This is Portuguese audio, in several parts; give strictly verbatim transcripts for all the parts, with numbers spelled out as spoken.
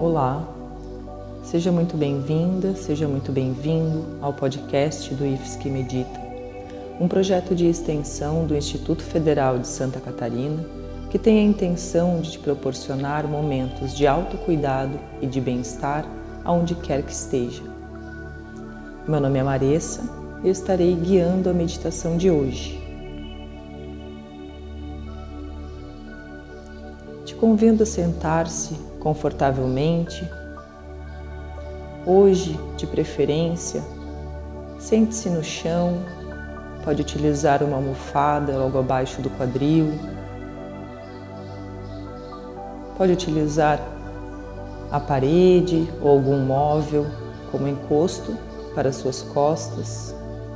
Olá, seja muito bem-vinda, seja muito bem-vindo ao podcast do I F S C Medita, um projeto de extensão do Instituto Federal de Santa Catarina que tem a intenção de te proporcionar momentos de autocuidado e de bem-estar aonde quer que esteja. Meu nome é Maressa e eu estarei guiando a meditação de hoje. Te convido a sentar-se confortavelmente. Hoje, de preferência, sente-se no chão, pode utilizar uma almofada logo abaixo do quadril, pode utilizar a parede ou algum móvel como encosto para suas costas.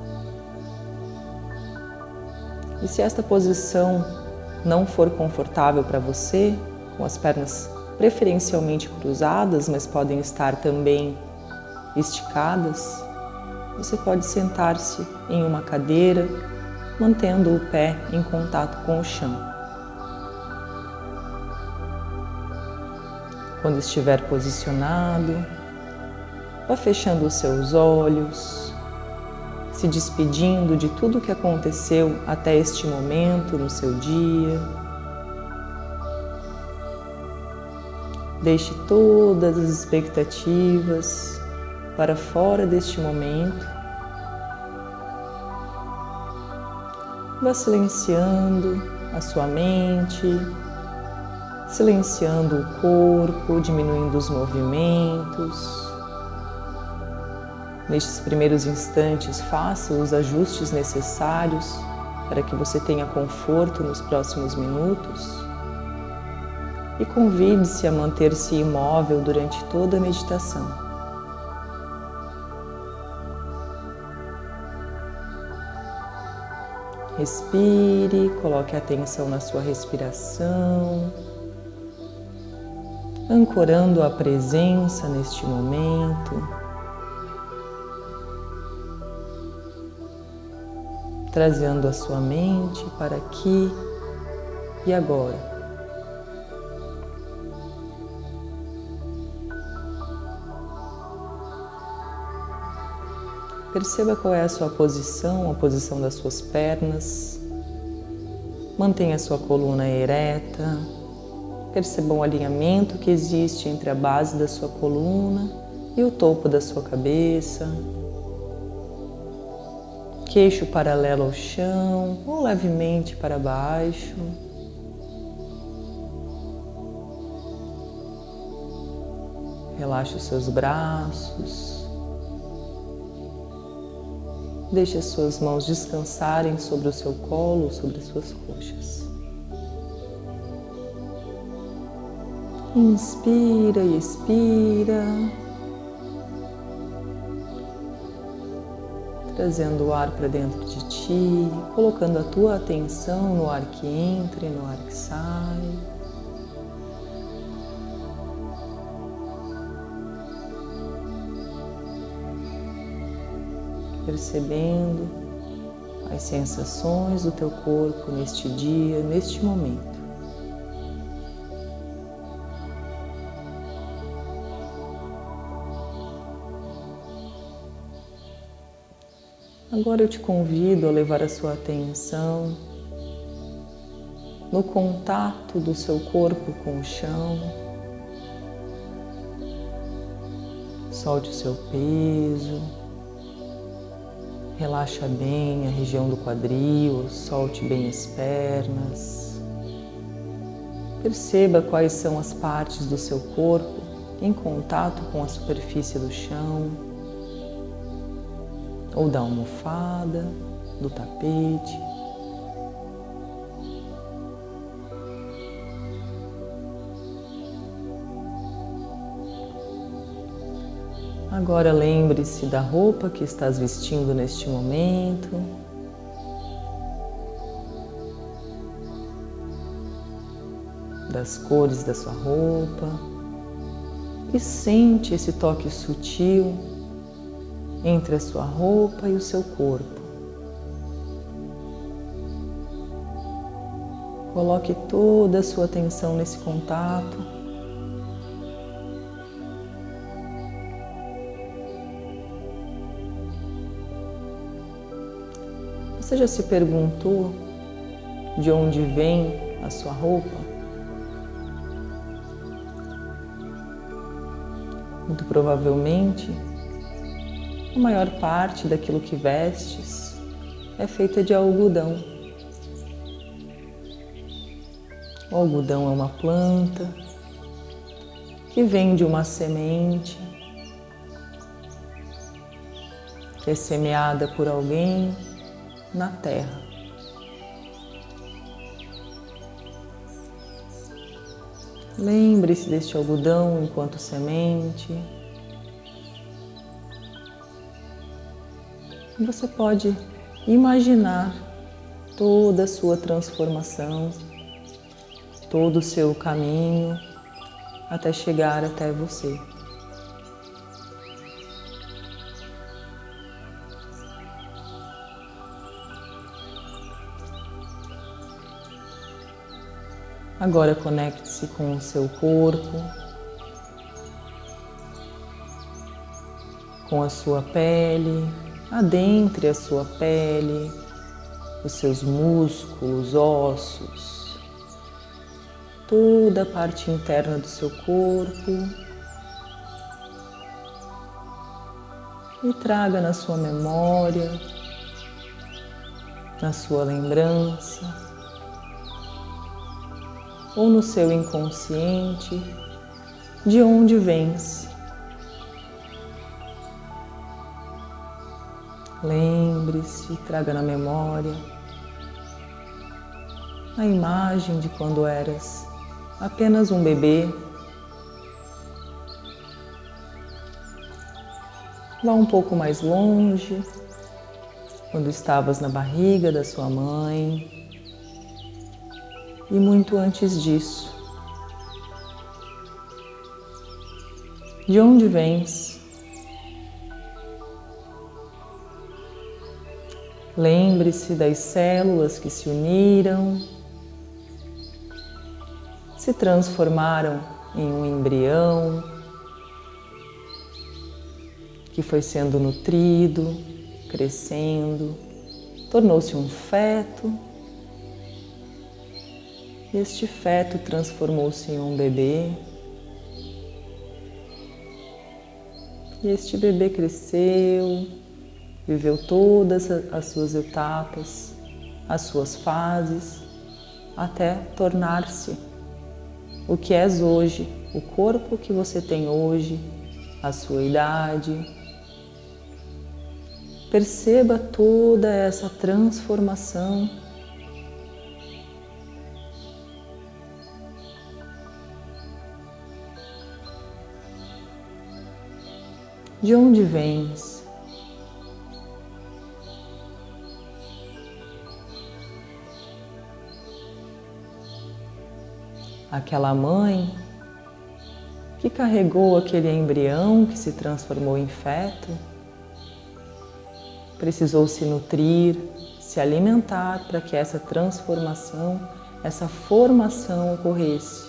E se esta posição não for confortável para você, com as pernas preferencialmente cruzadas, mas podem estar também esticadas, você pode sentar-se em uma cadeira, mantendo o pé em contato com o chão. Quando estiver posicionado, vá fechando os seus olhos, se despedindo de tudo o que aconteceu até este momento no seu dia. Deixe todas as expectativas para fora deste momento. Vá silenciando a sua mente, silenciando o corpo, diminuindo os movimentos. Nestes primeiros instantes, faça os ajustes necessários para que você tenha conforto nos próximos minutos. E convide-se a manter-se imóvel durante toda a meditação. Respire, coloque a atenção na sua respiração, ancorando a presença neste momento, trazendo a sua mente para aqui e agora. Perceba qual é a sua posição, a posição das suas pernas. Mantenha a sua coluna ereta. Perceba o alinhamento que existe entre a base da sua coluna e o topo da sua cabeça. Queixo paralelo ao chão ou levemente para baixo. Relaxe os seus braços. Deixe as suas mãos descansarem sobre o seu colo, sobre as suas coxas. Inspira e expira, trazendo o ar para dentro de ti, colocando a tua atenção no ar que entra e no ar que sai. Percebendo as sensações do teu corpo neste dia, neste momento. Agora eu te convido a levar a sua atenção no contato do seu corpo com o chão. Solte o seu peso. Relaxa bem a região do quadril, solte bem as pernas. Perceba quais são as partes do seu corpo em contato com a superfície do chão, ou da almofada, do tapete. Agora lembre-se da roupa que estás vestindo neste momento. Das cores da sua roupa. E sente esse toque sutil entre a sua roupa e o seu corpo. Coloque toda a sua atenção nesse contato. Você já se perguntou de onde vem a sua roupa? Muito provavelmente, a maior parte daquilo que vestes é feita de algodão. O algodão é uma planta que vem de uma semente que é semeada por alguém na terra. Lembre-se deste algodão enquanto semente. E você pode imaginar toda a sua transformação, todo o seu caminho até chegar até você. Agora conecte-se com o seu corpo, com a sua pele, adentre a sua pele, os seus músculos, ossos, toda a parte interna do seu corpo e traga na sua memória, na sua lembrança, ou no seu inconsciente, de onde vens. Lembre-se, traga na memória a imagem de quando eras apenas um bebê. Vá um pouco mais longe, quando estavas na barriga da sua mãe. E muito antes disso, de onde vens? Lembre-se das células que se uniram, se transformaram em um embrião, que foi sendo nutrido, crescendo, tornou-se um feto. Este feto transformou-se em um bebê. E este bebê cresceu, viveu todas as suas etapas, as suas fases, até tornar-se o que és hoje, o corpo que você tem hoje, a sua idade. Perceba toda essa transformação. De onde vens? Aquela mãe que carregou aquele embrião que se transformou em feto, precisou se nutrir, se alimentar para que essa transformação, essa formação ocorresse.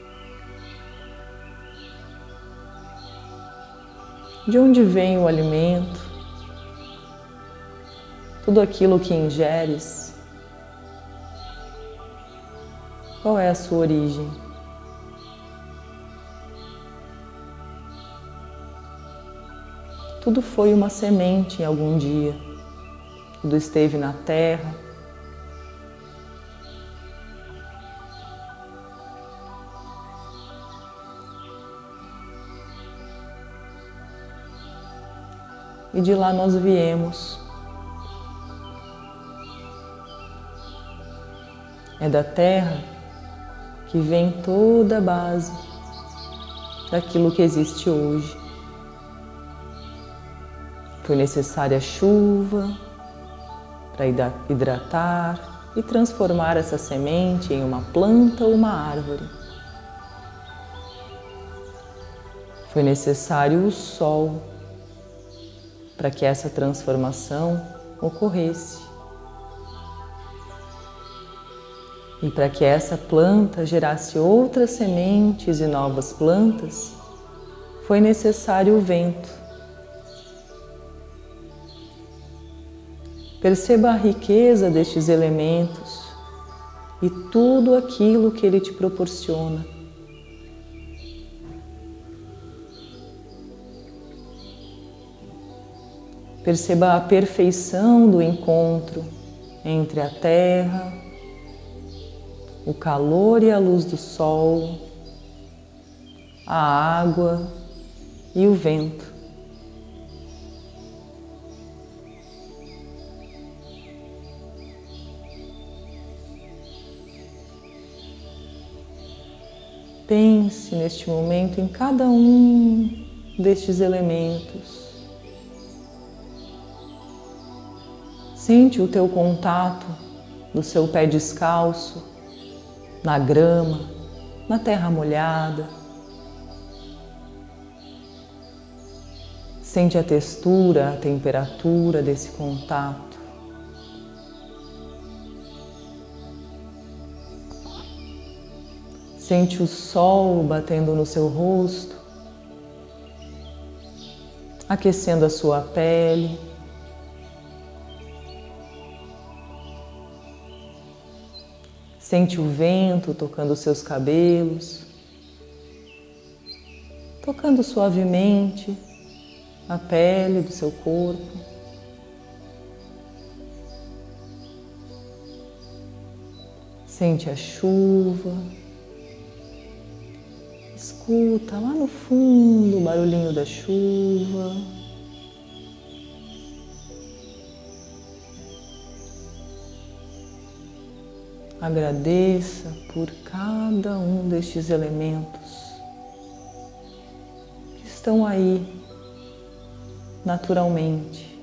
De onde vem o alimento? Tudo aquilo que ingeres? Qual é a sua origem? Tudo foi uma semente em algum dia. Tudo esteve na terra. E de lá nós viemos. É da terra que vem toda a base daquilo que existe hoje. Foi necessária chuva para hidratar e transformar essa semente em uma planta ou uma árvore. Foi necessário o sol para que essa transformação ocorresse. E para que essa planta gerasse outras sementes e novas plantas, foi necessário o vento. Perceba a riqueza destes elementos e tudo aquilo que ele te proporciona. Perceba a perfeição do encontro entre a terra, o calor e a luz do sol, a água e o vento. Pense neste momento em cada um destes elementos. Sente o teu contato do seu pé descalço, na grama, na terra molhada. Sente a textura, a temperatura desse contato. Sente o sol batendo no seu rosto, aquecendo a sua pele. Sente o vento tocando seus cabelos, tocando suavemente a pele do seu corpo. Sente a chuva. Escuta lá no fundo o barulhinho da chuva. Agradeça por cada um destes elementos que estão aí naturalmente.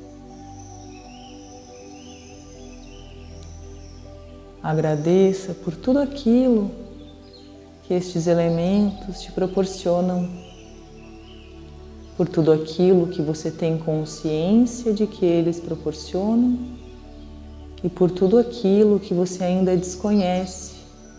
Agradeça por tudo aquilo que estes elementos te proporcionam, por tudo aquilo que você tem consciência de que eles proporcionam e por tudo aquilo que você ainda desconhece.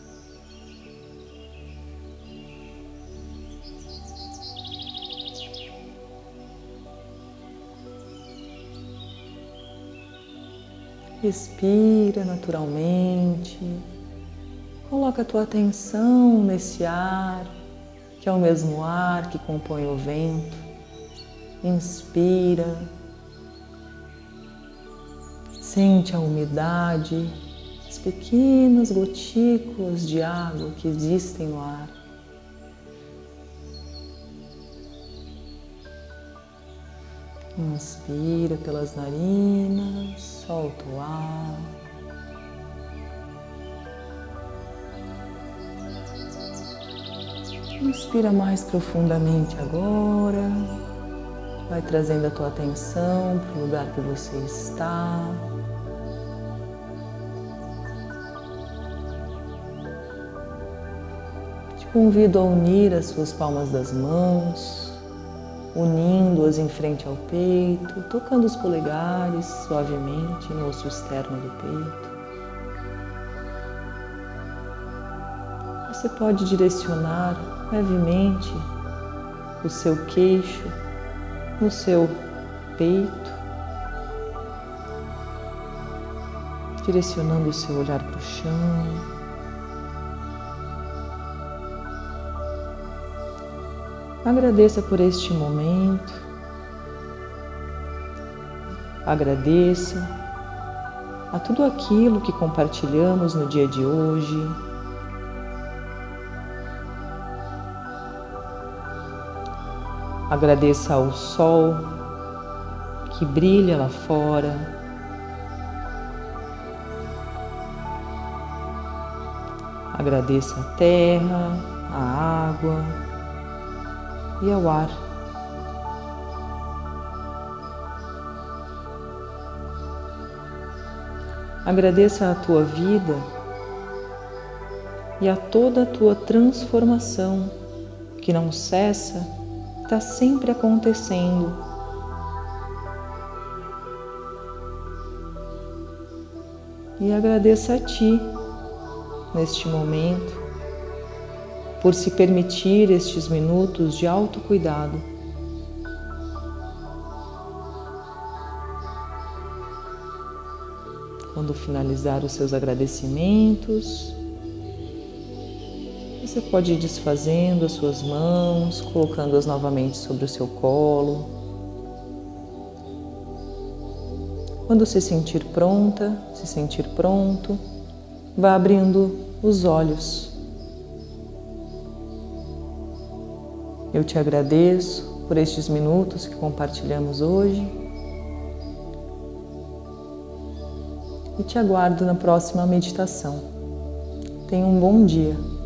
Respira naturalmente. Coloca a tua atenção nesse ar, que é o mesmo ar que compõe o vento. Inspira. Sente a umidade, as pequenas gotículas de água que existem no ar. Inspira pelas narinas, solta o ar. Inspira mais profundamente agora. Vai trazendo a tua atenção para o lugar que você está. Te convido a unir as suas palmas das mãos, unindo-as em frente ao peito, tocando os polegares suavemente no osso externo do peito. Você pode direcionar levemente o seu queixo no seu peito, direcionando o seu olhar para o chão. Agradeça por este momento. Agradeça a tudo aquilo que compartilhamos no dia de hoje. Agradeça ao sol que brilha lá fora. Agradeça a terra, a água e ao ar. Agradeça a tua vida e a toda a tua transformação que não cessa, está sempre acontecendo. E agradeça a ti, neste momento, por se permitir estes minutos de autocuidado. Quando finalizar os seus agradecimentos, você pode ir desfazendo as suas mãos, colocando-as novamente sobre o seu colo. Quando se sentir pronta, se sentir pronto, vá abrindo os olhos. Eu te agradeço por estes minutos que compartilhamos hoje e te aguardo na próxima meditação. Tenha um bom dia.